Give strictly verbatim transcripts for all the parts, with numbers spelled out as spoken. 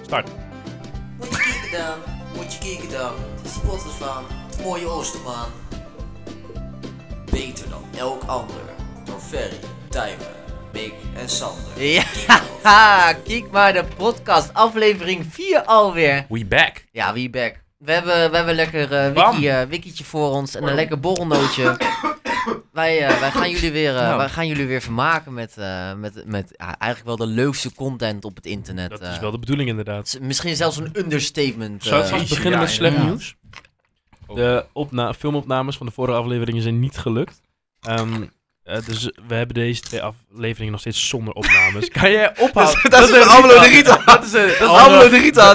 Start. Moet je kijken dan, moet je kijken dan. Het is de podcast van het mooie Oosterman. Beter dan elk ander. Door Ferry, Tijmen, Mick en Sander. Ja, kijk maar, de podcast, aflevering vier alweer. We back. Ja, we back. We hebben, we hebben lekker uh, wiki, uh, wikietje voor ons en een lekker borrelnootje. wij, uh, wij, gaan jullie weer, uh, Nou. wij gaan jullie weer vermaken met, uh, met, met uh, eigenlijk wel de leukste content op het internet. Dat uh. is wel de bedoeling inderdaad. S- Misschien zelfs een understatement. Zou ik uh, vast beginnen ja, met slecht inderdaad. nieuws? De opna- filmopnames van de vorige afleveringen zijn niet gelukt. Um, uh, dus we hebben deze twee afleveringen nog steeds zonder opnames. Kan jij ophouden? Dat is een Almelo de Rietad. Dat is een... Dat is Almelo de Rietad.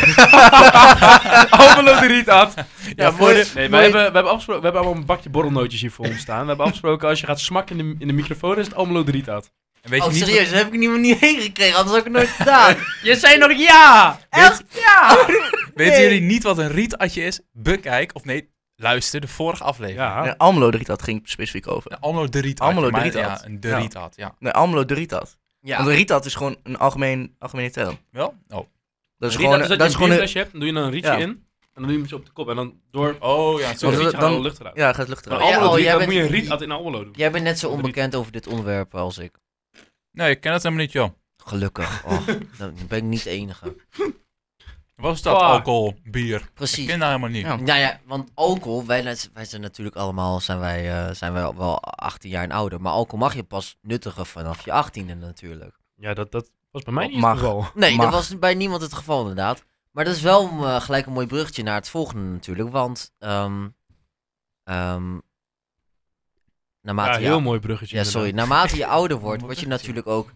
Almelo de Rietad. Ja, mooi- voor de, nee, we, mooi- hebben, we, hebben afgesproken, we hebben allemaal een bakje borrelnootjes hier voor ons staan. We hebben afgesproken, als je gaat smakken in de, in de microfoon, is het Almelo de Rietad. En weet je Oh, niet serieus, daar heb ik niet, niet heen gekregen, anders had ik het nooit gedaan. Je zei nog ja! Echt? Ja! Wat, weten Nee. jullie niet wat een rietadje is? Bekijk, of nee, luister de vorige aflevering. Ja. Nee, Almelo de Rietad ging specifiek over. Ja, Almelo de rietad. Almelo de maar- Rietad. Ja, een de Ja. rietad, ja. Nee, Almelo de Rietad. Ja. Want de Rietad is gewoon een algemeen, algemene term. Wel? Oh. Dat is Rietad gewoon, is dat, dat je is een gewoon een, bierflesje hebt, dan doe je dan een rietje Ja. in. En dan doe je hem zo op de kop. En dan door Oh, ja. zo'n Sorry. rietje dan- gaat alle lucht eruit. ja, gaat lucht Maar eruit. Ja, Almelo oh, de jij Rietad bent- moet je een rietad in Almelo doen. Jij bent net zo onbekend over dit onderwerp als ik. Nee, ik ken het helemaal niet, joh. Gelukkig. Oh, dan ben ik niet de enige. Wat is dat? Fuck. Alcohol, bier. Ik Precies. ken dat helemaal niet. Ja. Nou ja, want alcohol, wij, wij zijn natuurlijk allemaal, zijn wij, uh, zijn wij wel achttien jaar en ouder. Maar alcohol mag je pas nuttigen vanaf je achttiende natuurlijk. Ja, dat, dat was bij mij niet Mag. het geval. Nee, Mag. dat was bij niemand het geval inderdaad. Maar dat is wel uh, gelijk een mooi bruggetje naar het volgende natuurlijk. Want, um, um, naarmate Ja, je... heel mooi bruggetje. Ja, sorry. inderdaad. Naarmate je ouder wordt, word je natuurlijk ook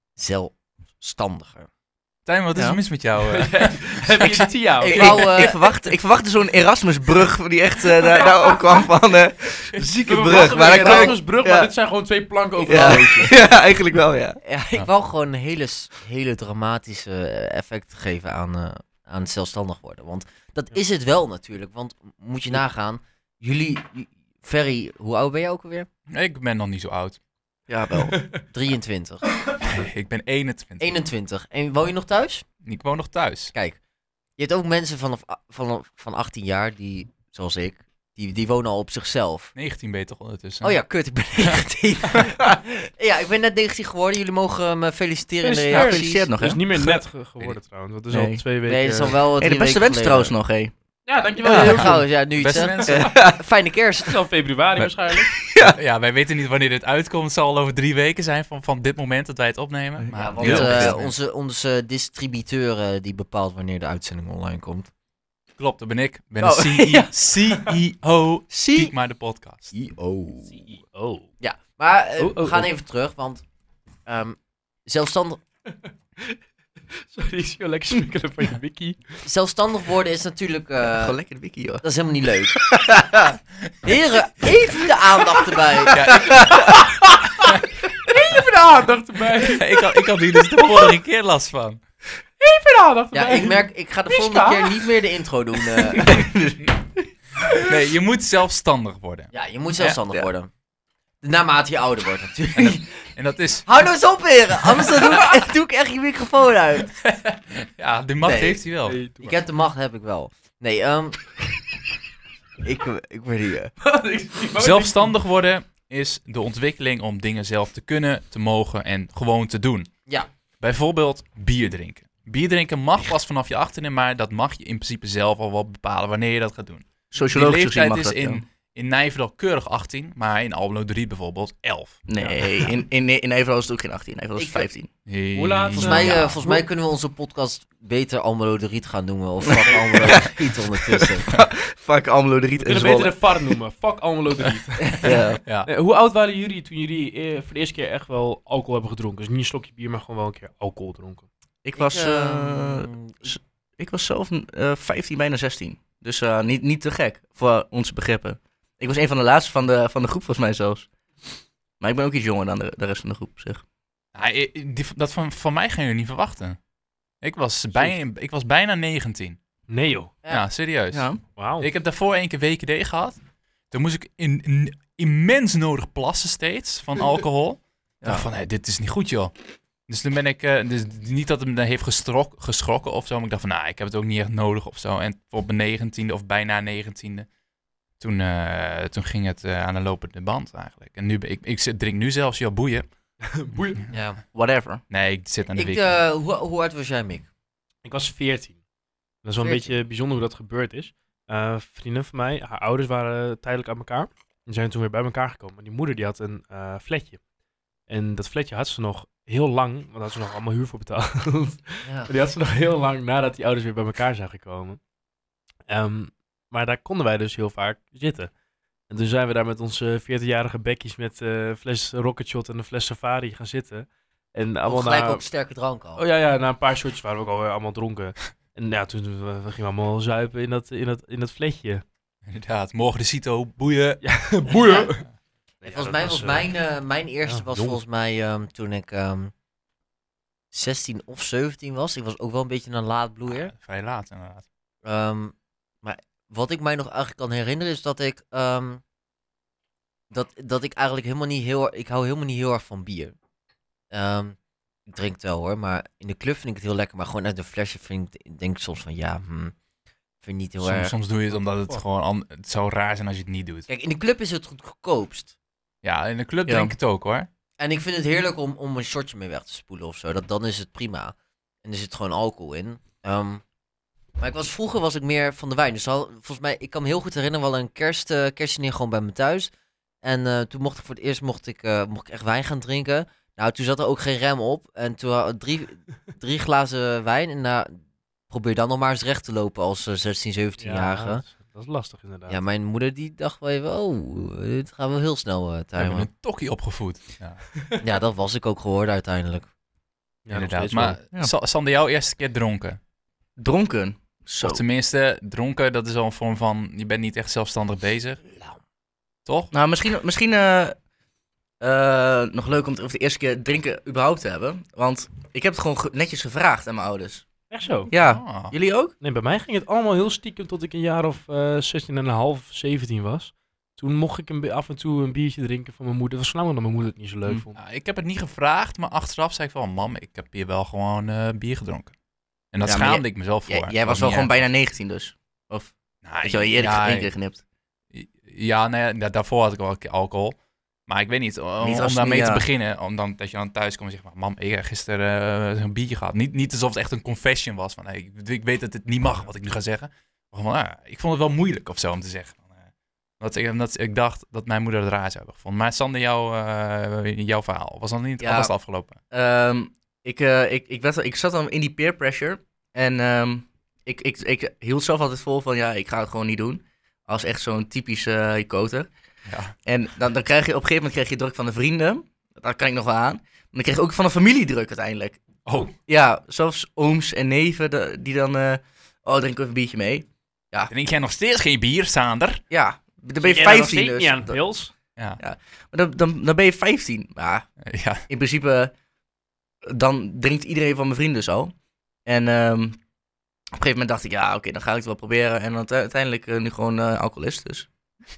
zelfstandiger. Tijmen, wat is Ja. er mis met jou? eh? Heb je Tia? Ik Ik, wou, ik, eh, ik, verwacht, ik verwachtte zo'n Erasmusbrug die echt uh, daar, daar ook kwam van uh, zieke We brug. wachten Maar op dan de kan ik, Erasmusbrug, ja. maar dit zijn gewoon twee planken over ja, een loodje. ja, eigenlijk wel, ja. Ja, ik wou gewoon een hele, s- hele dramatische eh, effect geven aan, uh, aan het zelfstandig worden. Want dat Ja. is het wel natuurlijk. Want moet je nagaan, jullie, j- Ferry, hoe oud ben je ook alweer? Ik ben nog niet zo oud. Ja, wel. drieëntwintig. Nee, ik ben eenentwintig. eenentwintig. En woon je nog thuis? Ik woon nog thuis. Kijk, je hebt ook mensen vanaf, a- vanaf van achttien jaar die, zoals ik, die, die wonen al op zichzelf. negentien ben je toch ondertussen? Oh ja, kut, ik ben negentien. Ja, ik ben net negentien geworden. Jullie mogen me feliciteren in de Feliciteerd. Ja, reacties. gefeliciteerd nog, Dat is hè. niet meer net ge- geworden trouwens. Dat is Nee. al twee weken. Nee, dat is al wel Hey, drie de beste weken wensen trouwens geleden. nog, hé. Ja, dankjewel. Ja, Heel goed. trouwens, ja, nu je het Beste zegt. mensen. Fijne kerst. Het is al februari waarschijnlijk. Ja, wij weten niet wanneer dit uitkomt. Het zal al over drie weken zijn van, van dit moment dat wij het opnemen. Maar Ja, want heel eh, goed. onze, onze distributeur eh, die bepaalt wanneer de uitzending online komt. Klopt, dat ben ik. Ik ben Oh, een C E O. ja. C E O. Zie. Kijk maar de podcast. Oh. Ja, maar eh, Oh, oh, we gaan oh. even terug, want ehm, zelfstandig, Sorry, ik zie je lekker smikkelen van je wiki. zelfstandig worden is natuurlijk... eh, Gewoon lekker de wiki, joh. dat is helemaal niet leuk. Heren, even de aandacht erbij. Ja, ik, Even de aandacht erbij. Even ik, had, ik had hier dus de vorige keer last van. de aandacht Ja, erbij. ik merk, ik ga de volgende Miska? keer niet meer de intro doen. eh. Nee, je moet zelfstandig worden. Ja, je moet zelfstandig Ja. worden. Naarmate je ouder wordt natuurlijk. En dat is... Hou nou eens op, heren. Anders dan doe, ik, doe ik echt je microfoon uit. Ja, de macht Nee. heeft hij wel. Nee, doe Ik maar. heb de macht, heb ik wel. Nee, ehm ik, ik word hier. Ik zie maar- Zelfstandig worden is de ontwikkeling om dingen zelf te kunnen, te mogen en gewoon te doen. Ja. Bijvoorbeeld bier drinken. Bier drinken mag pas vanaf je achttiende, maar dat mag je in principe zelf al wel bepalen wanneer je dat gaat doen. Die Sociologisch gezien leeftijd mag is dat, ja. in, in Nijverdal keurig achttien, maar in Almelo drie bijvoorbeeld elf. Nee, in, in, in Nijverdal is het ook geen achttien. In Nijverdal is Ik- vijftien. Hey. Hoe laat- Volgens mij, Ja. eh, volgens mij kunnen we onze podcast beter Almelo de Riet gaan noemen. Of fuck Almelo de Riet ondertussen. Fuck Almelo de Riet We en kunnen beter Zwolle. de V A R noemen. Fuck Almelo de Riet. Ja. Ja. Nee, hoe oud waren jullie toen jullie eh, voor de eerste keer echt wel alcohol hebben gedronken? Dus niet een slokje bier, maar gewoon wel een keer alcohol dronken. Ik was, Ik, eh, ehm, ik was zelf eh, vijftien, bijna zestien. Dus eh, niet, niet te gek voor onze begrippen. Ik was een van de laatste van de, van de groep, volgens mij zelfs. Maar ik ben ook iets jonger dan de, de rest van de groep, zeg. Ja, i- i- die- dat van, van mij gaan jullie niet verwachten. Ik was, bij, ik was bijna negentien. Nee joh. Ja, Ja. serieus. Ja. Wauw. Ik heb daarvoor één keer W K D gehad. Toen moest ik in, in, immens nodig plassen steeds van alcohol. Ik dacht van, hé, dit is niet goed joh. Dus toen ben ik, uh, dus niet dat het me heeft gestrok, geschrokken of zo, maar ik dacht van, nou, ik heb het ook niet echt nodig of zo. En op mijn negentiende of bijna negentiende, toen, uh, toen ging het uh, aan de lopende band eigenlijk. En nu ben ik, ik zit, drink nu zelfs, joh, boeien. Boeien. Ja. Whatever. Nee, ik zit aan de Ik, week. uh, hoe, hoe oud was jij, Mick? Ik was veertien. Dat is wel een veertien. beetje bijzonder hoe dat gebeurd is. Uh, vrienden van mij, haar ouders waren tijdelijk aan elkaar. En zijn toen weer bij elkaar gekomen. Maar die moeder die had een uh, flatje. En dat flatje had ze nog heel lang, want daar had ze nog allemaal huur voor betaald. Ja. Maar die had ze nog heel lang nadat die ouders weer bij elkaar zijn gekomen. Um, maar daar konden wij dus heel vaak zitten. En toen zijn we daar met onze veertienjarige bekkies met uh, een fles Rocket Shot en een fles Safari gaan zitten. En allemaal Gelijk na... ook sterke drank al. Oh ja, ja, na een paar shotjes waren we ook alweer allemaal dronken. En ja, toen we, we gingen we allemaal zuipen in dat, in dat, in dat fletje. Inderdaad, morgen de Cito, boeien. Ja, boeien! Ja. Ja, volgens dat mij was, was uh, mijn, uh, mijn eerste ja, was jong. volgens mij um, toen ik um, zestien of zeventien was. Ik was ook wel een beetje een laadbloeier. Ja, vrij laat inderdaad. Um, maar wat ik mij nog eigenlijk kan herinneren is dat ik um, dat, dat ik eigenlijk helemaal niet heel ik hou helemaal niet heel erg van bier. Um, ik drink het wel hoor, maar in de club vind ik het heel lekker, maar gewoon uit een flesje vind ik denk ik soms van ja, hm, vind ik niet heel Soms, erg. soms doe je het omdat het Fuck. gewoon, an- het zou raar zijn als je het niet doet. Kijk, in de club is het goed goedkoopst. Ja, in de club Ja. drink ik het ook hoor. En ik vind het heerlijk om, om een shotje mee weg te spoelen of zo. Dat, dan is het prima. En er zit gewoon alcohol in. Um, maar ik was, vroeger was ik meer van de wijn. Dus al, volgens mij, ik kan me heel goed herinneren, we hadden een kerst, uh, kerstdiner gewoon bij me thuis. En uh, toen mocht ik voor het eerst mocht ik, uh, mocht ik echt wijn gaan drinken. Nou, toen zat er ook geen rem op. En toen hadden we drie, drie glazen wijn. En nou, probeer dan nog maar eens recht te lopen als uh, zestien, zeventien-jarige. Ja, Ja, dat, is, dat is lastig inderdaad. mijn moeder die dacht wel even, oh, dit gaat wel heel snel uh, We hebben timen. een tokkie opgevoed. Ja, Ja, dat was ik ook geworden uiteindelijk. Ja, nog inderdaad. steeds wel. Maar Ja. Sa- Sander, jouw eerste keer dronken? Dronken. Zo. Of tenminste, dronken, dat is al een vorm van, je bent niet echt zelfstandig bezig. Toch? Nou, misschien, misschien uh, uh, nog leuk om het over de eerste keer drinken überhaupt te hebben. Want ik heb het gewoon ge- netjes gevraagd aan mijn ouders. Echt zo? Ja, Ah. jullie ook? Nee, bij mij ging het allemaal heel stiekem tot ik een jaar of uh, zestien en een half, zeventien was. Toen mocht ik een, bi- af en toe een biertje drinken van mijn moeder. Dat was voornamelijk omdat mijn moeder het niet zo leuk Hm. vond. Nou, ik heb het niet gevraagd, maar achteraf zei ik van, mam, ik heb hier wel gewoon uh, bier gedronken. En dat Ja, maar schaamde jij- ik mezelf voor. Jij, jij Dat was wel niet gewoon erg. bijna negentien dus. Of, Nou, weet je wel, je eerder ja, één keer geknipt. Ja, nee, da- daarvoor had ik wel ke- alcohol. Maar ik weet niet, om, Niet om als daarmee niet, te ja. beginnen, om dan, dat je dan thuis komt en zegt van, mam, ik heb gisteren uh, een biertje gehad. Niet, niet alsof het echt een confession was van, hey, ik, ik weet dat het niet mag wat ik nu ga zeggen. Maar gewoon, ah, ik vond het wel moeilijk of zo om te zeggen. Uh, dat ik, omdat ik dacht dat mijn moeder het raar zou hebben gevonden. Maar Sander, jouw, uh, jouw verhaal, was dat niet Ja. alvast afgelopen? Ehm, ik, uh, ik, ik, werd, ik zat dan in die peer pressure. En um, ik, ik, ik hield zelf altijd vol van, ja, ik ga het gewoon niet doen. Als echt zo'n typische uh, koter. Ja. En dan, dan krijg je op een gegeven moment krijg je druk van de vrienden. Dat kan ik nog wel aan. Maar dan kreeg je ook van de familie druk uiteindelijk. Oh, Ja, zelfs ooms en neven de, die dan... Uh, oh, drink even een biertje mee. drink jij nog steeds geen bier, Sander? Ja, dan ben je Zit jij nou nog vijftien steeds dus. niet aan het Dan- pils? Ja. maar dan, dan, dan ben je vijftien. Maar ja. in principe, dan drinkt iedereen van mijn vrienden dus al. En um, op een gegeven moment dacht ik, ja, oké, okay, dan ga ik het wel proberen. En dan uite- uiteindelijk uh, nu gewoon uh, alcoholist, dus.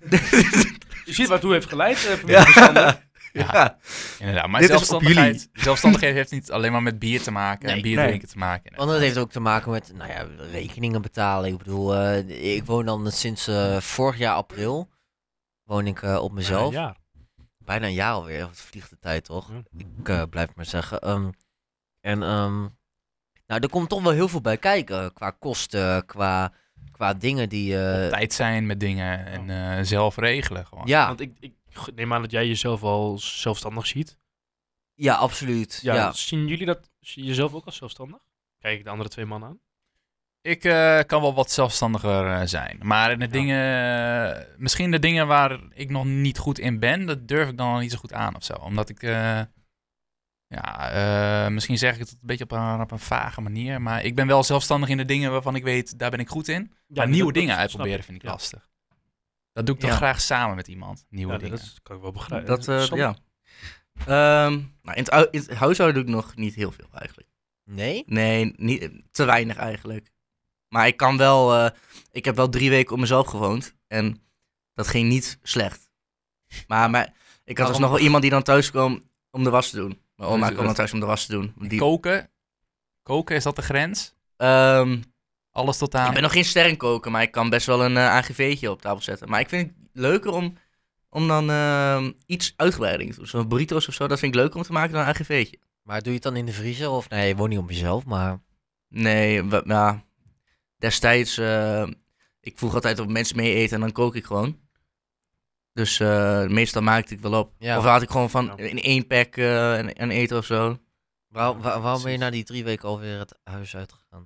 Je ziet waartoe heeft geleid, uh, familie Ja. van Sander. Ja. Inderdaad, maar Dit is op zelfstandigheid, zelfstandigheid heeft niet alleen maar met bier te maken en Nee. bier Nee. drinken te maken. Want dat heeft ook te maken met, nou ja, rekeningen betalen. Ik bedoel, uh, ik woon dan sinds uh, vorig jaar april, woon ik uh, op mezelf. Ja, Bijna een jaar alweer, het vliegt de tijd toch? Ja. Ik uh, blijf maar zeggen. Um, en um, nou, er komt toch wel heel veel bij kijken, qua kosten, qua, qua dingen die... Uh, Tijd zijn met dingen en uh, zelf regelen gewoon. ja, Want ik, ik neem aan dat jij jezelf al zelfstandig ziet. ja, absoluut. Ja, Ja. Zien jullie dat, zie je jezelf ook als zelfstandig? Kijk ik de andere twee mannen aan? Ik uh, kan wel wat zelfstandiger uh, zijn. Maar de dingen, uh, misschien de dingen waar ik nog niet goed in ben, dat durf ik dan niet zo goed aan of zo. Omdat ik, uh, ja, uh, misschien zeg ik het een beetje op een, op een vage manier. Maar ik ben wel zelfstandig in de dingen waarvan ik weet, daar ben ik goed in. Maar Ja, nieuwe dat- dingen dat uitproberen snap vind ik Ja. lastig. Dat doe ik toch Ja. graag samen met iemand, nieuwe Ja, dingen. dat is- kan ik wel begrijpen. Dat, uh, Sander? ja. Um, nou, in, het, hu- in het huishouden doe ik nog niet heel veel eigenlijk. Nee? Nee, niet, te weinig eigenlijk. Maar ik kan wel, uh, ik heb wel drie weken op mezelf gewoond. En dat ging niet slecht. Maar, maar ik had dus Waarom? nog wel iemand die dan thuis kwam om de was te doen. Mijn oma Dus kwam dat- dan thuis om de was te doen. Die, Koken? Koken, is dat de grens? Ehm, Alles tot aan... ik ben nog geen ster in koken, maar ik kan best wel een eh, A G V'tje op tafel zetten. Maar ik vind het leuker om, om dan ehm, iets uitgebreider te doen. Zo'n burritos of zo, dat vind ik leuker om te maken dan een A G V'tje. Maar doe je het dan in de vriezer? Of nee, je woont niet op jezelf, maar... Nee, wa- ja, destijds, eh, ik vroeg altijd of mensen mee eten en dan kook ik gewoon. Dus eh, meestal maakte ik wel op. Ja. Of had ik gewoon van Ja. in één pack eh, en, en eten of zo. Waar, waar- waarom ben je na die drie weken alweer het huis uitgegaan?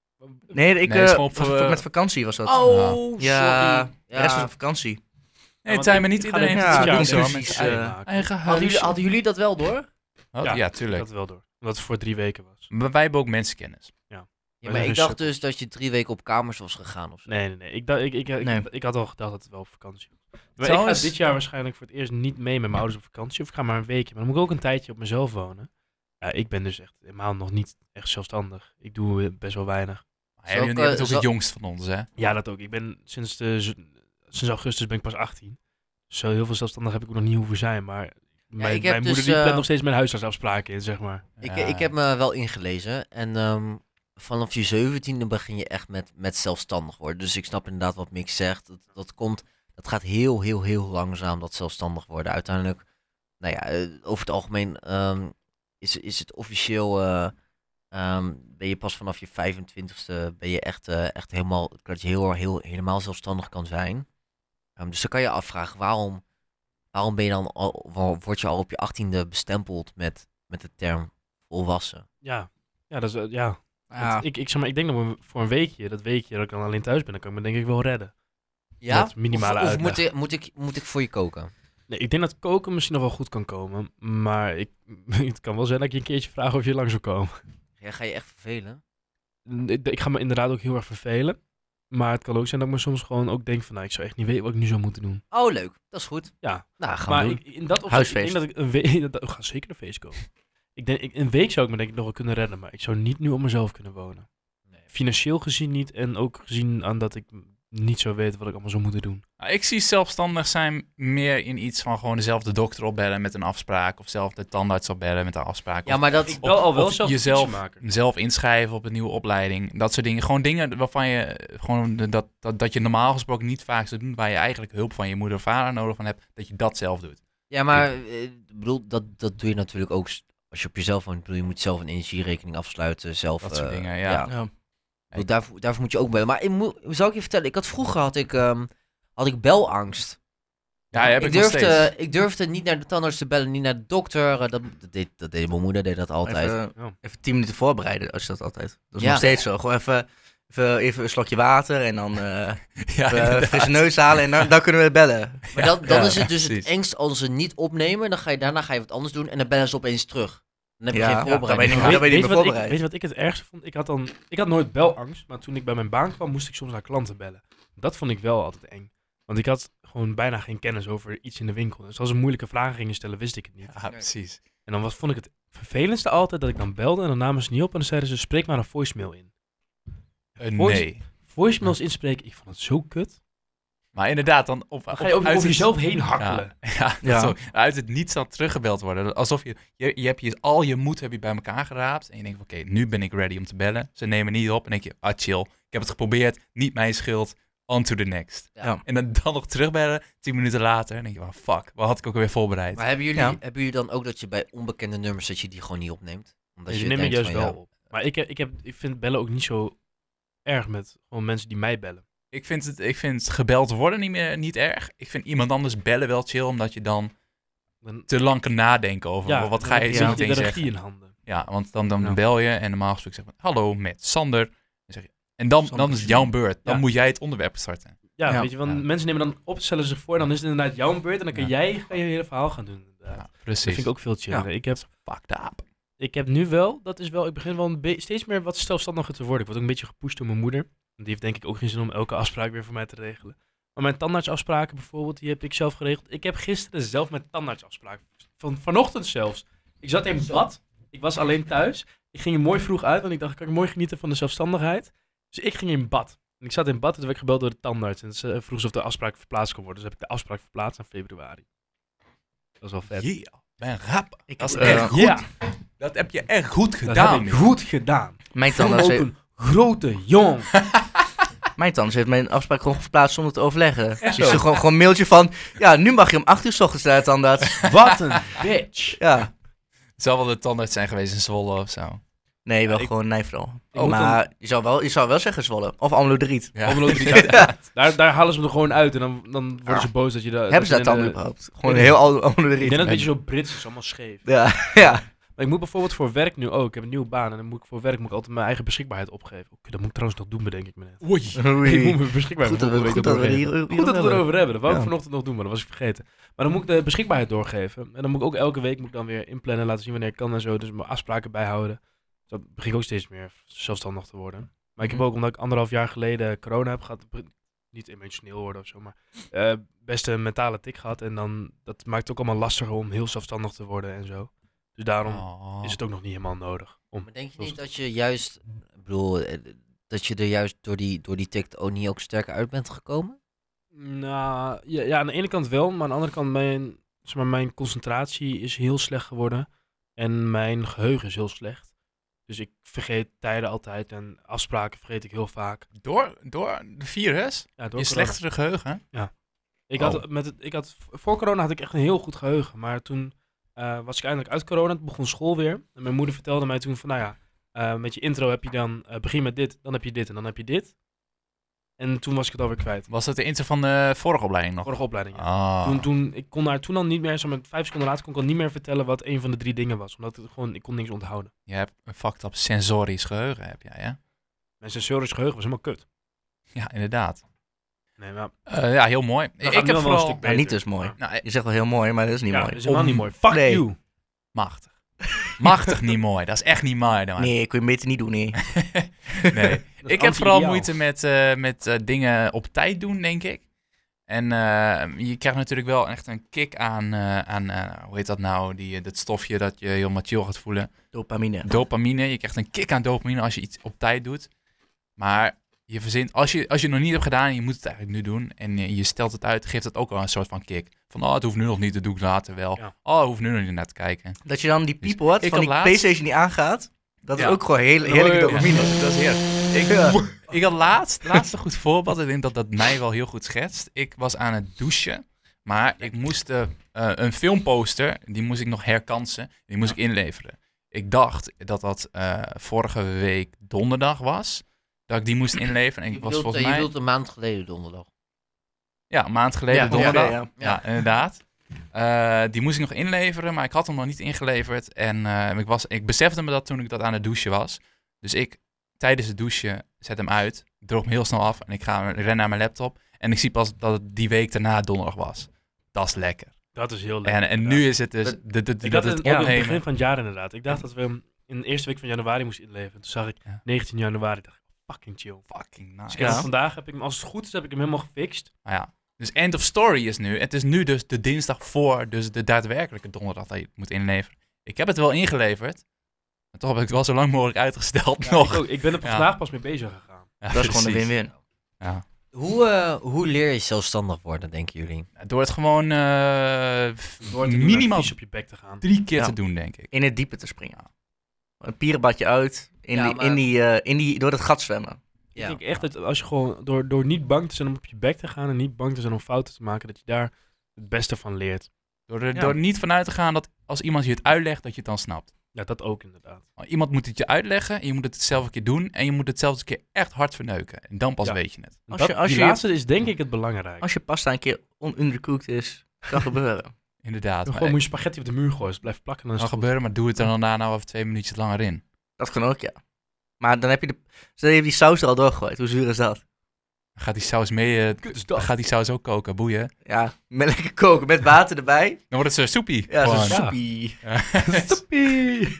Nee, ik, Nee, is eh, gewoon va- voor, va- eh, met vakantie was dat. Oh, ja, sorry. de rest was op vakantie. Nee, het zijn maar niet Ik ga iedereen dit ja, heeft jaar doen zelf ze met precies, z'n eigen eh, maken. eigen Hadden huis. jullie, hadden jullie dat wel door? Oh, Ja, ja, Ik tuurlijk. had het wel door. Omdat het voor drie weken was. Maar wij hebben ook mensenkennis. Ja, maar ik dacht dus dat je drie weken op kamers was gegaan of zo. Nee, nee, nee. Ik, dacht, ik, ik, ik, Nee. ik had al gedacht dat het wel op vakantie was. Maar ik Trouwens- ga dit jaar waarschijnlijk voor het eerst niet mee met mijn ouders op vakantie. Of ik ga maar een weekje. Maar dan moet ik ook een tijdje op mezelf wonen. Ja, ik ben dus echt helemaal nog niet echt zelfstandig. Ik doe eh, best wel weinig. Maar jij, jij Zulke- bent ook zal- het jongst van ons, hè? Ja, dat ook. Ik ben sinds, de, z- sinds augustus ben ik pas achttien. Zo heel veel zelfstandig heb ik ook nog niet hoeven zijn. Maar mijn, ik heb mijn moeder dus, die plant eh, nog steeds mijn huisartsafspraken in, zeg maar. Ik, Ja. ik heb me wel ingelezen en ehm, vanaf je zeventiende begin je echt met, met zelfstandig worden. Dus ik snap inderdaad wat Mick zegt. Dat, dat komt, dat gaat heel, heel, heel langzaam, dat zelfstandig worden. Uiteindelijk, nou ja, eh, over het algemeen ehm, is, is het officieel, eh, ehm, ben je pas vanaf je vijfentwintigste ben je echt, eh, echt helemaal, dat je heel, heel, helemaal zelfstandig kan zijn. Ehm, dus dan kan je afvragen, waarom, waarom ben je dan al, wa- word je al op je achttiende bestempeld met, met de term volwassen? Ja, ja, dat is, eh, ja. Ja. Want Ik, ik, zeg maar, ik denk dat we voor een weekje, dat weekje dat ik dan alleen thuis ben, dan kan ik me denk ik wel redden. Ja? Met minimale of of uitleg. moet, ik, moet, ik, moet ik voor je koken? Nee, ik denk dat koken misschien nog wel goed kan komen. Maar ik, het kan wel zijn dat ik je een keertje vraag of je langs wil komen. Ja, ga je echt vervelen? Ik, ik ga me inderdaad ook heel erg vervelen. Maar het kan ook zijn dat ik me soms gewoon ook denk van, nou, ik zou echt niet weten wat ik nu zou moeten doen. Oh, leuk. Dat is goed. Ja. Nou, gaan Maar we doen. ik, in dat opzicht, Huisfeest. ik denk dat ik een week, dat, ik ga zeker een feest komen. Ik denk, ik, een week zou ik me denk ik nog wel kunnen redden, maar ik zou niet nu op mezelf kunnen wonen. Nee. Financieel gezien niet en ook gezien aan dat ik niet zou weten wat ik allemaal zou moeten doen. Nou, ik zie zelfstandig zijn meer in iets van gewoon dezelfde dokter opbellen met een afspraak. Of zelf de tandarts opbellen met een afspraak. Ja, of, maar dat... Ik bel al wel of zelf jezelf, maken. zelf inschrijven op een nieuwe opleiding. Dat soort dingen. Gewoon dingen waarvan je eh, gewoon de- dat, dat, dat je normaal gesproken niet vaak zou doen. Waar je eigenlijk hulp van je moeder of vader nodig van hebt. Dat je dat zelf doet. Ja, maar eh, ik bedoel, dat, dat doe je natuurlijk ook s- als je op jezelf woont. Ik bedoel, je moet zelf een energierekening afsluiten. Zelf, Dat soort eh, dingen, ja. Ja. Ik bedoel, daarvoor, daarvoor moet je ook bellen. Maar ik moet, zou ik je vertellen, ik had vroeger had ik, ehm, had ik belangst. Ja, heb ik, ik, nog steeds. durfde, ik durfde niet naar de tandarts te bellen, niet naar de dokter. eh, Dat, dat, deed, dat deed mijn moeder, deed dat altijd. Even, Ja. even tien minuten voorbereiden, als je dat altijd. Dat is Ja. nog steeds zo. Gewoon even, even, even een slokje water en dan eh ja, even inderdaad. een frisse neus halen en dan, dan kunnen we bellen. Maar dan, dan Ja, is het dus precies. het engst als ze niet opnemen. Dan ga je, daarna ga je wat anders doen en dan bellen ze opeens terug. Dan heb je Ja, geen ja, voorbereiding. dan gehad. ben je niet weet, meer wat ik, voorbereid. weet je wat ik het ergste vond? Ik had, dan, ik had nooit belangst, maar toen ik bij mijn baan kwam, moest ik soms naar klanten bellen. Dat vond ik wel altijd eng. Want ik had gewoon bijna geen kennis over iets in de winkel. Dus als ze moeilijke vragen gingen stellen, wist ik het niet. Ja, precies. En dan was, vond ik het vervelendste altijd dat ik dan belde en dan namen ze niet op en dan zeiden ze, spreek maar een voicemail in. Eh, Voice- nee. Voicemails inspreken, ik vond het zo kut. Maar inderdaad, dan op, Dan ga je over, uit over het- jezelf heen hakkelen. Ja, ja, dat Ja. is zo. Uit het niets dan teruggebeld worden. Alsof je, je, je hebt je, al je moed heb je bij elkaar geraapt. En je denkt, oké, nu ben ik ready om te bellen. Ze nemen niet op. En denk je, ah chill, ik heb het geprobeerd. Niet mijn schuld. On to the next. Ja. En dan, dan nog terugbellen, tien minuten later. En denk je, oh, fuck, wat had ik ook alweer voorbereid? Maar hebben jullie, Ja. hebben jullie dan ook dat je bij onbekende nummers dat je die gewoon niet opneemt? Omdat Dus je je neemt het denkt juist van, wel ja, op. Maar ik, heb, ik, heb, ik vind bellen ook niet zo erg met gewoon mensen die mij bellen. Ik vind, het, ik vind gebeld worden niet, meer, niet erg. Ik vind iemand anders bellen wel chill, omdat je dan Dan, te lang kan nadenken over ja, wat ga je dan zo heb je meteen de zeggen. regie in handen. Ja, want dan, dan Ja. bel je en normaal gesproken zeg je, hallo met Sander. En, zeg je, en dan, Sander dan is het jouw beurt. Dan Ja. moet jij het onderwerp starten. Ja, Ja. weet je, want Ja. mensen nemen dan op, stellen zich voor, dan is het inderdaad jouw beurt en dan kan Ja. jij ga je hele verhaal gaan doen. Inderdaad. Ja, Dat precies. vind ik ook veel chiller. Ja. Ik, heb, Fuck up. ik heb nu wel, dat is wel, ik begin wel een be- steeds meer wat zelfstandiger te worden. Ik word ook een beetje gepusht door mijn moeder. Want die heeft denk ik ook geen zin om elke afspraak weer voor mij te regelen. Maar mijn tandartsafspraken bijvoorbeeld, die heb ik zelf geregeld. Ik heb gisteren zelf mijn tandartsafspraak, van vanochtend zelfs. Ik zat in bad, ik was alleen thuis. Ik ging er mooi vroeg uit, want ik dacht, ik kan mooi genieten van de zelfstandigheid. Dus ik ging in bad. En ik zat in bad en toen werd ik gebeld door de tandarts. En ze vroeg ze of de afspraak verplaatst kon worden. Dus heb ik de afspraak verplaatst naar februari. Dat was wel vet. Yeah. Ben rap. Ik Dat is heb, eh, echt goed. Ja, Dat heb je echt goed dat gedaan. heb ik goed gedaan. Mijn Voel me tandarts, ook heeft, een grote jong. mijn tandarts heeft mijn afspraak gewoon verplaatst zonder te overleggen. Echt Die zo? stuurde gewoon, gewoon een mailtje van... Ja, nu mag je om acht uur 's ochtends naar de tandarts. Wat een bitch. Ja. Het zal wel de tandarts zijn geweest in Zwolle of zo. Nee, wel ik- gewoon Nijverdal. Ik moet Maar je, zou wel, je zou wel zeggen Zwolle. Of Almelo-Driet. Ja. Ja. Daar, daar halen ze hem er gewoon uit en dan, dan worden Ja. ze boos dat je daar... Hebben ze dat je dan in de- überhaupt? Gewoon weet heel niet. Al- Ik denk dat Almelo-Driet. het een beetje zo Brits is, allemaal scheef. Ja, ja. Maar ik moet bijvoorbeeld voor werk nu ook, ik heb een nieuwe baan en dan moet ik voor werk moet ik altijd mijn eigen beschikbaarheid opgeven. Oké, dat moet ik trouwens nog doen, bedenk ik me net. Oei. Ik moet Oei. mijn beschikbaarheid Goed dat we, volgende goed week dat we doorgeven. hier, hier Goed dat we het erover hebben. Dat wou ik Ja. vanochtend nog doen, maar dat was ik vergeten. Maar dan moet ik de beschikbaarheid doorgeven. En dan moet ik ook elke week moet ik dan weer inplannen, laten zien wanneer ik kan en zo. Dus mijn afspraken bijhouden. Dus dat begin ik ook steeds meer zelfstandig te worden. Maar ik heb ook, omdat ik anderhalf jaar geleden corona heb gehad, niet emotioneel worden of zo, maar eh, best een mentale tik gehad. En dan, dat maakt het ook allemaal lastiger om heel zelfstandig te worden en zo. Dus daarom Oh. is het ook nog niet helemaal nodig. Om, Maar denk je Zoals- niet dat je juist, ik bedoel, eh, dat je er juist door die, door die tik ook niet ook sterker uit bent gekomen? Nou, ja, ja, aan de ene kant wel, maar aan de andere kant mijn, zeg maar, mijn concentratie is heel slecht geworden. En mijn geheugen is heel slecht. Dus ik vergeet tijden altijd en afspraken vergeet ik heel vaak. Door, door de virus? Ja, door Je corona. slechtere geheugen? Ik Oh. had met het, ik had, voor corona had ik echt een heel goed geheugen. Maar toen eh, was ik eindelijk uit corona, toen begon school weer. En mijn moeder vertelde mij toen van, nou ja, eh, met je intro heb je dan, eh, begin met dit, dan heb je dit en dan heb je dit. En toen was ik het alweer kwijt. Was dat de intro van de vorige opleiding nog? Vorige opleiding, ja. Ah. Toen, toen, ik kon daar toen al niet meer, zo met vijf seconden later kon ik al niet meer vertellen wat een van de drie dingen was. Omdat het gewoon, ik kon niks onthouden. Je hebt een fucked up sensorisch geheugen, heb jij, hè? Mijn sensorisch geheugen was helemaal kut. Ja, inderdaad. Nee, maar Eh, ja, heel mooi. dat gaat Ik nu heb al wel een vooral... stuk Ja, beter. niet dus mooi. Nou, eh, Je zegt wel heel mooi, maar dat is niet Ja, mooi. dat is helemaal Om- niet mooi. Fuck Nee. you. machtig. Machtig niet mooi. Dat is echt niet mooi. Dan. Nee, kun je beter niet doen, nee. nee. Dat is Ik heb vooral anti-ideaal. moeite met, eh, met eh, dingen op tijd doen, denk ik. En eh, je krijgt natuurlijk wel echt een kick aan, eh, aan eh, hoe heet dat nou, die, eh, dat stofje dat je helemaal chill gaat voelen. Dopamine. Dopamine. Je krijgt een kick aan dopamine als je iets op tijd doet. Maar je verzint, als je, als je het nog niet hebt gedaan en je moet het eigenlijk nu doen en eh, je stelt het uit, geeft dat ook wel een soort van kick. Van, oh, het hoeft nu nog niet, dat doe ik later wel. Ja. Oh, het hoeft nu nog niet naar te kijken. Dat je dan die piep hoort ik van had die laatst- PlayStation die aangaat. Dat is Ja. ook gewoon heel, heerlijke Ja. dopamine. Dat is heerlijk. Ik, Ja. ik had laatst, laatst een goed voorbeeld. Ik denk dat dat mij wel heel goed schetst. Ik was aan het douchen, maar ik moest eh, eh, een filmposter, die moest ik nog herkansen. Die moest ik inleveren. Ik dacht dat dat eh, vorige week donderdag was, dat ik die moest inleveren. En Je ik was wilt, volgens eh, je mij, wilt een maand geleden donderdag. ja, een maand geleden Ja, donderdag. ja, Ja, ja. inderdaad. Eh, die moest ik nog inleveren, maar ik had hem nog niet ingeleverd. En eh, ik, was, ik besefte me dat toen ik dat aan het douchen was. Dus ik, tijdens het douchen, zet hem uit, droog hem heel snel af en ik ga ren naar mijn laptop. En ik zie pas dat het die week daarna donderdag was. Dat is lekker. Dat is heel lekker. En, en inderdaad. nu is het dus... Dat- de, de, Ik dat had het het ook in het opnemen. begin van het jaar inderdaad. Ik dacht dat we hem in de eerste week van januari moesten inleveren. Toen zag ik Ja. negentien januari. Dacht ik, fucking chill. Fucking nice. Dus ik heb Ja. hem vandaag, heb ik hem, als het goed is, heb ik hem helemaal gefixt. Nou ja. Dus end of story is nu. Het is nu dus de dinsdag voor dus de daadwerkelijke donderdag dat je het moet inleveren. Ik heb het wel ingeleverd. Maar toch heb ik het wel zo lang mogelijk uitgesteld Ja, nog. ik, ook. ik ben er Ja. vandaag pas mee bezig gegaan. Ja, Dat is gewoon een precies. win-win. Ja. Hoe, eh, hoe leer je zelfstandig worden, denken jullie? Door het gewoon eh, Door te doen en minimaal vies op je bek te gaan. drie keer Ja. te doen, denk ik. In het diepe te springen. Een pierenbadje uit. In Ja, die, maar- in die, eh, in die, door het gat zwemmen. Ik denk echt dat als je gewoon door, door niet bang te zijn om op je bek te gaan en niet bang te zijn om fouten te maken, dat je daar het beste van leert. Door er Ja. door er niet vanuit te gaan dat als iemand je het uitlegt, dat je het dan snapt. Ja, dat ook inderdaad. Iemand moet het je uitleggen en je moet het zelf een keer doen. En je moet het zelf eens een keer echt hard verneuken. En dan pas Ja. weet je het. Als dat, je- als die je- laatste is denk ik het belangrijk. Als je pasta een keer on-undercooked is, kan gebeuren. Inderdaad. Dan Maar, gewoon moet je spaghetti op de muur gooien, als het blijft plakken. Dan is kan het goed. gebeuren, maar doe het er dan daarna even twee minuutjes langer in. Dat kan ook, ja. Maar dan heb je, de, stel je hebt die saus er al doorgegooid. Hoe zuur is dat? Dan gaat die saus mee, eh, Kut is dan dat. gaat die saus ook koken, boeien. Ja, met lekker koken, met water erbij. Dan wordt het zo soepie. Ja, zo'n Gewoon. Ja. soepie. Ja. Soepie.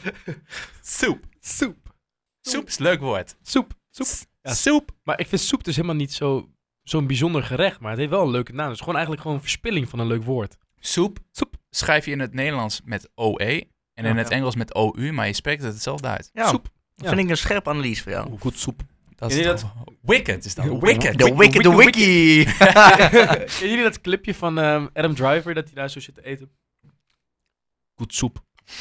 Soep. Soep. Soep is een leuk woord. Soep. Soep. Ja, Soep. Maar ik vind soep dus helemaal niet zo, zo'n bijzonder gerecht, maar het heeft wel een leuke naam. Het is gewoon eigenlijk gewoon verspilling van een leuk woord. Soep. Soep schrijf je in het Nederlands met O E en in Ja. het Engels met O U, maar je spreekt het hetzelfde uit. Ja, Soep. dat vind ik een scherpe analyse voor jou. Goed soep. Dat Ken je toch- Wicked is dat. Wicked. De Wicked, de Wiki. Ken jullie dat clipje van ehm, Adam Driver, dat hij daar zo zit te eten? Goed soep.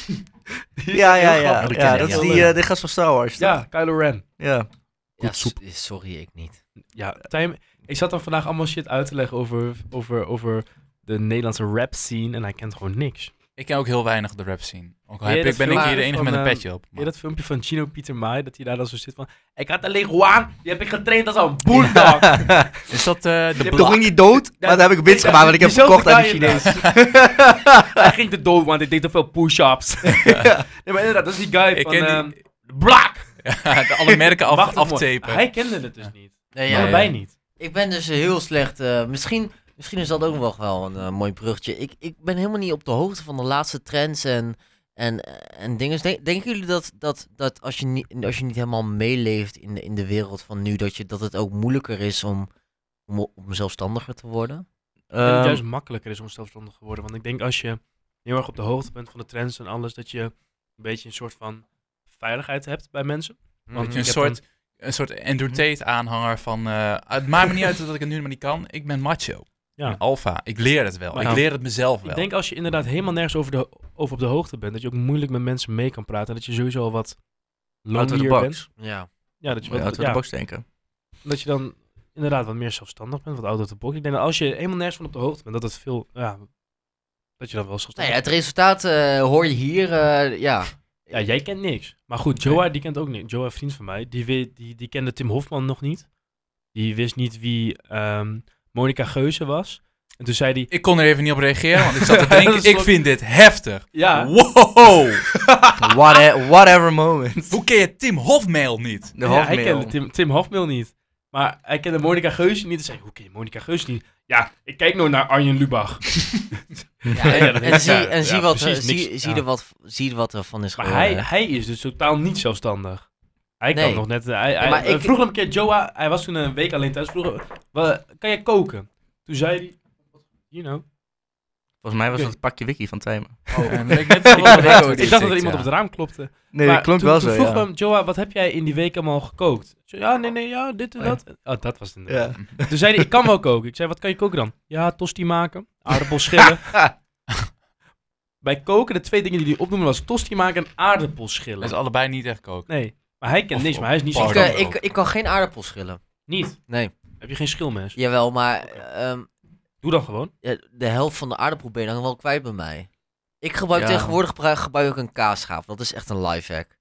Ja, ja, Heel ja. grappig. ja, ken dat ik, is ja. die, eh, die gast van Star Wars, toch? Ja, Kylo Ren. Ja. Ja, Goed soep. s- sorry, ik niet. Ja, Tijmen, ik zat dan vandaag allemaal shit uit te leggen over, over, over de Nederlandse rap scene en hij kent gewoon niks. Ik ken ook heel weinig de rap scene. Ook al Ken je heb ik, dat ben ik hier filmpje de enige van, met een eh, petje op. Ken je maar- dat filmpje van Gino Pieter Maai, dat hij daar dan zo zit van... Ik had alleen Juan, die heb ik getraind als een bulldog. Is dat eh, de hebt Toen Black? ging hij dood, maar daar heb ik winst gemaakt, want ik heb hem Diezelfde verkocht aan de guy Chinees. inderdaad. Hij ging te dood, want ik deed te veel push-ups. Nee, maar inderdaad, dat is die guy Ik van... ken die- ehm, Black! Ja, de alle merken af, Wacht even, aftapen. Hij kende het dus niet. Nee, Ja, Allebei ja. niet. Ik ben dus eh, heel slecht. eh, misschien, misschien is dat ook nog wel een eh, mooi bruggetje. Ik, ik ben helemaal niet op de hoogte van de laatste trends en, en, en dingen. Denk, denken jullie dat, dat, dat als, je niet, als je niet helemaal meeleeft in de, in de wereld van nu, dat, je, dat het ook moeilijker is om, om, om zelfstandiger te worden? Ik denk dat het Ehm, juist makkelijker is om zelfstandig te worden. Want ik denk als je heel erg op de hoogte bent van de trends en alles, dat je een beetje een soort van veiligheid hebt bij mensen. Want Dat je een ik heb soort, een soort Andrew Tate aanhanger van... eh, het maakt me niet uit dat ik het nu maar niet kan. Ik ben macho. Ja. Een alfa. Ik leer het wel. Maar ik ja. leer het mezelf wel. Ik denk als je inderdaad helemaal nergens over, de, over op de hoogte bent, dat je ook moeilijk met mensen mee kan praten. En dat je sowieso al wat Out of the lonelier box. bent. Ja. Ja, dat je, Ja, wat, out of ja, the box denken. dat je dan inderdaad wat meer zelfstandig bent, wat out of the box. Ik denk dat als je helemaal nergens van op de hoogte bent, dat het veel, ja, dat je dan wel Nou zelfstandig ja, het resultaat eh, hoor je hier. eh, ja. Ja, jij kent niks. Maar goed, Joa, die kent ook niks. Joa, een vriend van mij, die, weet, die, die kende Tim Hofman nog niet. Die wist niet wie ehm Monica Geuze was. En toen zei hij... Ik kon er even niet op reageren, want ik zat te denken, Dat is ik zo- vind dit heftig. Ja, Wow! What- whatever moment. Hoe ken je Tim Hofmail niet? De ja hij halfmail. kende Tim, Tim Hofmail niet. Maar hij kende Monica Geuze niet. En zei, hoe ken je Monica Geuze niet? Ja, ik kijk nooit naar Arjen Lubach. Ja, Ja, en, dat en is- zie, ja, en ja, zie, wat, precies, er- zie, niks- zie, ja. er wat, zie wat er van is Maar geworden. hij, hij is dus totaal niet zelfstandig. Hij kan Nee. nog net... Hij, hij, maar eh, ik- vroeg hem een keer, Joa, hij was toen een week alleen thuis. Vroeg hem, "Wa- kan jij koken? Toen zei hij... You know. Volgens mij was Oké. dat het pakje wiki van Tijmen. Oh, en ik, net Ik dacht, wat dat- ook ik iets dacht dat er zegt, iemand ja. op het raam klopte. Nee, Maar dat klonk toen, wel toen zo, vroeg ja. hem, Joa, wat heb jij in die week allemaal gekookt? Ik zei, ja, nee, nee, ja, dit en Oh, ja. dat. Oh, dat was het inderdaad. Ja. Toen zei hij, ik kan wel koken. Ik zei, wat kan je koken dan? Ja, tosti maken, aardappels schillen. Bij koken, de twee dingen die hij opnoemde was tosti maken en aardappels schillen. Dat is allebei niet echt koken. Nee, maar hij kent Of- niks, maar hij is niet of ik, zo pardon. eh, sterk. ik, ik kan geen aardappels schillen. Niet. Nee. Heb je geen schilmes? Jawel, maar ehm, Doe dan gewoon. ja, de helft van de aardappel ben je dan wel kwijt bij mij. Ik gebruik Ja. tegenwoordig gebruik, gebruik ik een kaasschaaf. Dat is echt een lifehack.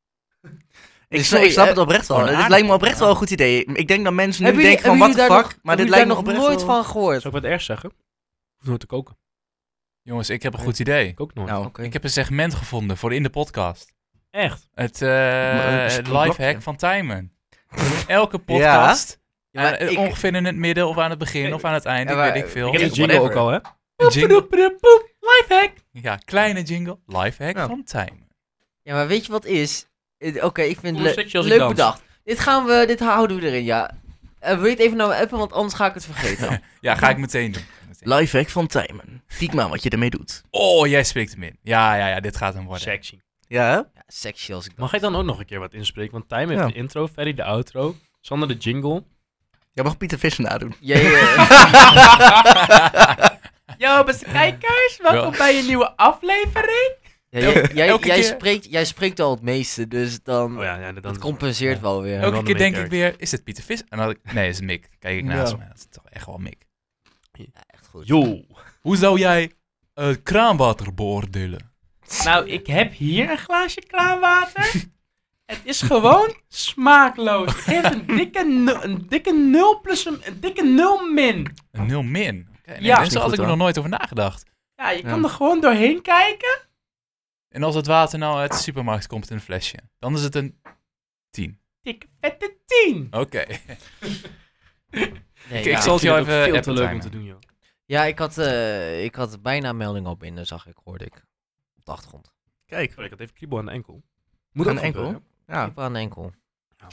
Ik, Dus snap- sorry, ik snap eh, het oprecht wel. gewoon Het een lijkt me oprecht aardappel, wel een goed idee. Ik denk dat mensen nu Hebben jullie- denken van, what hebben the jullie fuck? daar Maar nog- dit hebben lijkt me jullie daar oprecht nog wel... nooit van gehoord. Zou ik wat erg zeggen? Ik hoef nooit te koken. Jongens, ik heb een goed idee. Ik ook nooit. Nou, Oké. Ik heb een segment gevonden voor in de podcast. Echt? Het, eh een het blokje. lifehack van Timon. Elke podcast, Ja, maar eh, ik- ongeveer in het midden of aan het begin of aan het eind, Ja, ik maar- weet ik veel. Ik heb Ja, de jingle whatever. ook al, hè? Een jingle. Poep, poep, poep, lifehack. Ja, kleine jingle. Lifehack Ja. van Timon. Ja, maar weet je wat is? Eh, Oké, ik vind Hoe het zet je le als ik leuk dans? bedacht. Dit gaan we, dit houden we erin, ja. Eh, wil je het even nou appen, want anders ga ik het vergeten. Ja, ga ik meteen doen. Meteen. Lifehack van Tijmen. Kijk maar wat je ermee doet. Oh, jij spreekt hem in. Ja, ja, ja, dit gaat hem worden. Sexy. Ja, hè? Ja, sexy als ik Mag ik dan ook nog een keer wat inspreken? Want Time heeft Ja. de intro, Ferry de outro, Sander de jingle. Jij mag Pieter Visser nadoen. Jij, eh, Yo, beste kijkers, welkom Ja. bij een nieuwe aflevering. ja, jij, jij, elke jij keer- spreekt, jij spreekt al het meeste, dus dan... Oh ja, ja dan dat compenseert ja. wel weer. Elke- Elke wel keer een denk main ik weer, is het Pieter Vis? En dan had ik, nee, is het Mick. Kijk ik naast Ja. me. Dat is toch echt wel Mick. Ja, echt goed. Yo. Hoe zou jij uh, kraanwater beoordelen? Nou, ik heb hier een glaasje kraanwater. Het is gewoon smaakloos. Het geeft een dikke, nul, een dikke nul plus een, een dikke nul min. Een nul min. Okay, nee, Ja. daar Is niet had goed, ik er hoor. nog nooit over nagedacht. Ja, je kan Ja. er gewoon doorheen kijken. En als het water nou uit de supermarkt komt in een flesje, dan is het een tien. Dikke vette tien. Oké. Nee, ik ja. zal het jou vind even ook veel appen, te leuk om Tijmen. te doen, joh. Ja, ik had, eh, ik had bijna een melding al binnen, zag ik, hoorde ik. Op de achtergrond. Kijk. Sorry, ik had even kriebel aan de enkel. Moet Aan ook de enkel? gebeuren. Ja. Ik aan de enkel.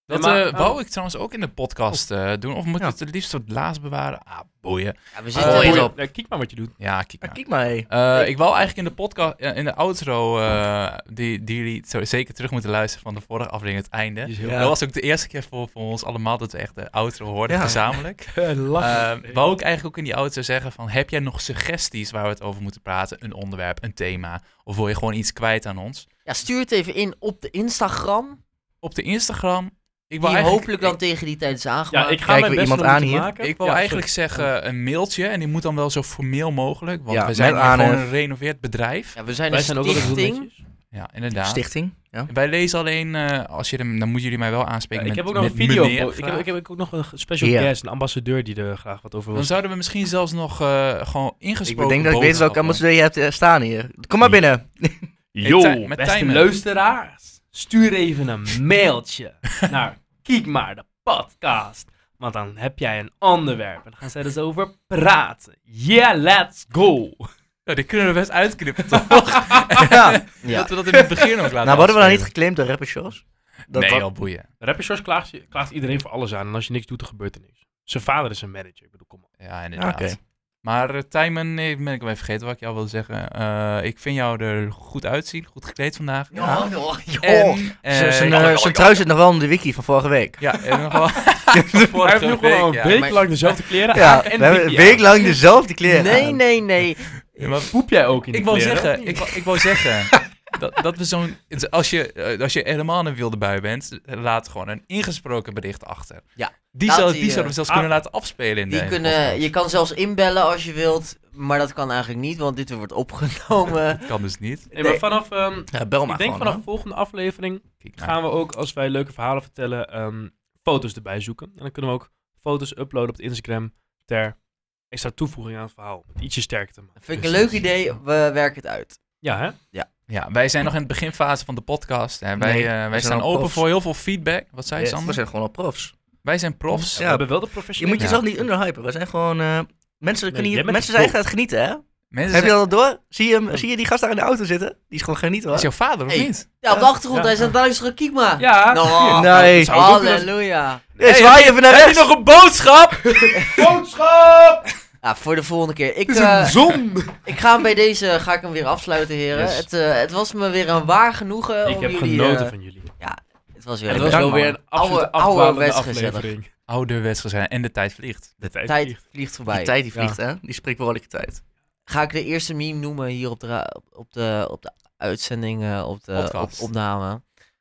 Dat maar, eh, uh, wou ik trouwens ook in de podcast uh, doen. Of moet Ja. ik het het liefst tot laatst bewaren? Ah, boeien. Ja, we Uh, zitten Oh, hier ja. op. nee, kijk maar wat je doet. Ja, kijk Ja, maar. kijk maar, hé. Uh, ik wou eigenlijk in de podcast, uh, in de outro, uh, die, die jullie zo zeker terug moeten luisteren van de vorige aflevering, het einde. Die is heel Ja. Dat was ook de eerste keer voor, voor ons allemaal dat we echt de outro hoorden, Ja. gezamenlijk. Lachen. Uh, wou ik eigenlijk ook in die outro zeggen van, heb jij nog suggesties waar we het over moeten praten? Een onderwerp, een thema? Of wil je gewoon iets kwijt aan ons? Ja, stuur het even in op de Instagram. Op de Instagram. Ik Die wou eigenlijk, hopelijk dan tegen die tijd is ja, aangemaakt. ik ga Kijken mijn we best iemand om het aan te hier? maken. Ik wil Ja, eigenlijk sorry. zeggen een mailtje en die moet dan wel zo formeel mogelijk, want Ja, we zijn met hier gewoon aanhef. een gerenoveerd bedrijf. Ja, we zijn Wij een zijn ook altijd heel stichting. netjes. Ja, inderdaad. Stichting. Ja. Wij lezen alleen, uh, als je hem, dan moeten jullie mij wel aanspreken Ja, ik met, heb ook nog een met video. meneer Ik heb, graag. ik heb ook nog een special Ja. guest, een ambassadeur die er graag wat over wil. Dan zouden we misschien zelfs nog uh, gewoon ingesproken Ik denk dat ik weet welke boodschappen- ambassadeur je hebt uh, staan hier. Kom maar binnen. Yo, Tij- met beste timer. luisteraars, stuur even een mailtje naar Kijk maar de podcast. Want dan heb jij een onderwerp en dan gaan zij dus over praten. Yeah, let's go. Ja, die kunnen we best uitknippen, toch? Ja. Ja. Dat we dat in het begin ook laten Nou, worden we dan niet afspelen. geclaimd door Rapper Shores? Dat Nee, wa- al boeien. Rapper Shores klaagt, je- klaagt iedereen voor alles aan. En als je niks doet, dan gebeurt er niks. Zijn vader is een manager. Ik bedoel, kom op. Ja, inderdaad. Oké. Maar uh, Tijmen, nee, ben ik wel even vergeten wat ik jou wilde zeggen. Uh, ik vind jou er goed uitzien, goed gekleed vandaag. Ja, joh, joh. En, Z- uh, Zijn ja, uh, zijn trui zit nog wel in de wiki van vorige week. ja, en nog wel. Hij heeft nu gewoon een ja. week maar- lang dezelfde kleren Ja, aan we en hebben een wiki week aan. lang dezelfde kleren Nee, aan. nee, nee. Ja, maar Poep jij ook in die ik wou kleren? zeggen, ik wou, ik wou zeggen dat, dat we zo'n, als je, eh, als je helemaal een wilde bui bent, laat gewoon een ingesproken bericht achter. Ja, Die, laat zou, die, die zouden we eh, zelfs ah, kunnen laten afspelen in Die de kunnen, podcast. je kan zelfs inbellen als je wilt, maar dat kan eigenlijk niet, want dit wordt opgenomen. Dat kan dus niet. Nee, maar Nee. vanaf, ehm, Ja, bel maar ik denk gewoon, vanaf de hoor. volgende aflevering Kijk maar. gaan we ook, als wij leuke verhalen vertellen, ehm, foto's erbij zoeken. En dan kunnen we ook foto's uploaden op het Instagram ter extra toevoeging aan het verhaal. Om het ietsje sterker te maken. Vind ik een leuk idee, we werken het uit. Ja, hè? Ja, wij zijn nog in de beginfase van de podcast. En wij, Nee, eh, wij zijn staan al open profs. voor heel veel feedback. Wat zei je, Yes, Sander? we zijn gewoon al profs. Wij zijn profs. We Ja. hebben wel de Je professionele... moet Ja. jezelf niet underhypen. We zijn gewoon... uh, mensen kunnen jij hier, bent mensen de zijn prof. gaan genieten, hè? Mensen Heb je zijn- dat door? Zie je, hem, zie je die gast daar in de auto zitten? Die is gewoon genieten, Dat hoor. is jouw vader, of Hey. niet? Ja, op de achtergrond, Ja. hij is aan het luisteren, kijk maar. Ja, Nou, Nee. zou het ook kunnen- halleluja. Hey, zwaai even naar Heb je rechts. nog een boodschap? boodschap! Ja, voor de volgende keer. Ik, Het is eh, een zon! ik ga hem bij deze ga ik hem weer afsluiten, heren. Yes. Het, eh, het was me weer een waar genoegen Ik om heb jullie... genoten eh, van jullie. het was weer Het een was bedankt, wel weer man. een absolute Oude- oude afdwalende wedstrijd. aflevering. Ouderwets zijn en de tijd vliegt. De tijd tijd vliegt. vliegt voorbij. Die tijd die vliegt, hè? Die spreekwoordelijke tijd. Ga ik de eerste meme noemen hier op de, ra- op de, op de uitzending, eh, op de op, Podcast. opname.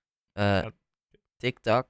Eh TikTok.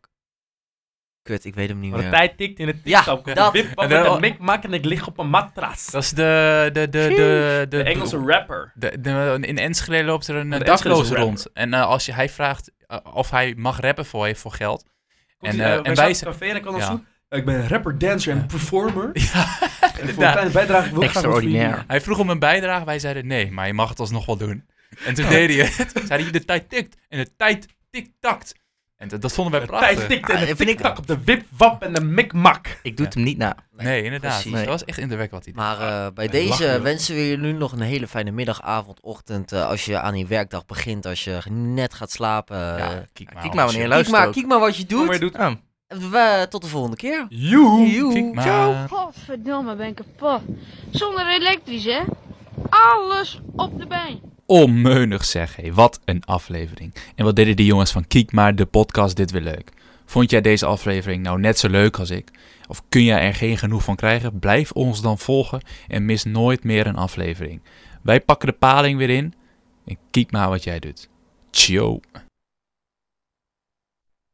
Kut, ik weet hem niet Maar de meer. tijd tikt in het Ja, TikTok. dat. Wip, wat En met dan- een mikmak en ik lig op een matras. Dat is de... De, de, de, de, De Engelse rapper. De, de- in Enschede loopt er een De uh, Enschede is dakloze een rond. En uh, als je, hij vraagt uh, of hij mag rappen voor je voor geld. Komt En, hij, uh, eh, en wij wij zaten in zijn... het café en ik kan Ja. ons doen. Ik ben rapper, dancer en performer. Ja, En voor een inderdaad. kleine bijdrage wil ik graag wat voor jullie Extraordinair. doen. Hij vroeg om een bijdrage, wij zeiden nee, maar je mag het alsnog wel doen. En toen deed hij het. Zei hij, de tijd tikt. En de tijd tikt-takt. En dat, dat vonden wij De prachtig. tijd tikt en Ah, de vind ik- tik-tak op de wip-wap en de mikmak. Ik doe het hem niet na. Nee, inderdaad. precies. Dat Nee. was echt indrukwekkend wat hij deed. Maar eh, bij Nee, deze lachen. wensen we je nu nog een hele fijne middag, avond, ochtend. eh, als je aan je werkdag begint, als je net gaat slapen. Ja, Ja. kijk Kijk maar wanneer je Kijk luistert maar, ook. kijk maar wat je Kom maar, doet. doet. Ja. We, tot de volgende keer. Joehoe. Joe. Kijk maar. Ciao. Godverdomme, ben ik kapot. Zonder elektrisch, hè? Alles op de been. Onmeunig zeg, hé. Wat een aflevering. En wat deden die jongens van Kiek maar, de podcast, dit weer leuk. Vond jij deze aflevering nou net zo leuk als ik? Of kun jij er geen genoeg van krijgen? Blijf ons dan volgen en mis nooit meer een aflevering. Wij pakken de paling weer in en kijk maar wat jij doet. Ciao.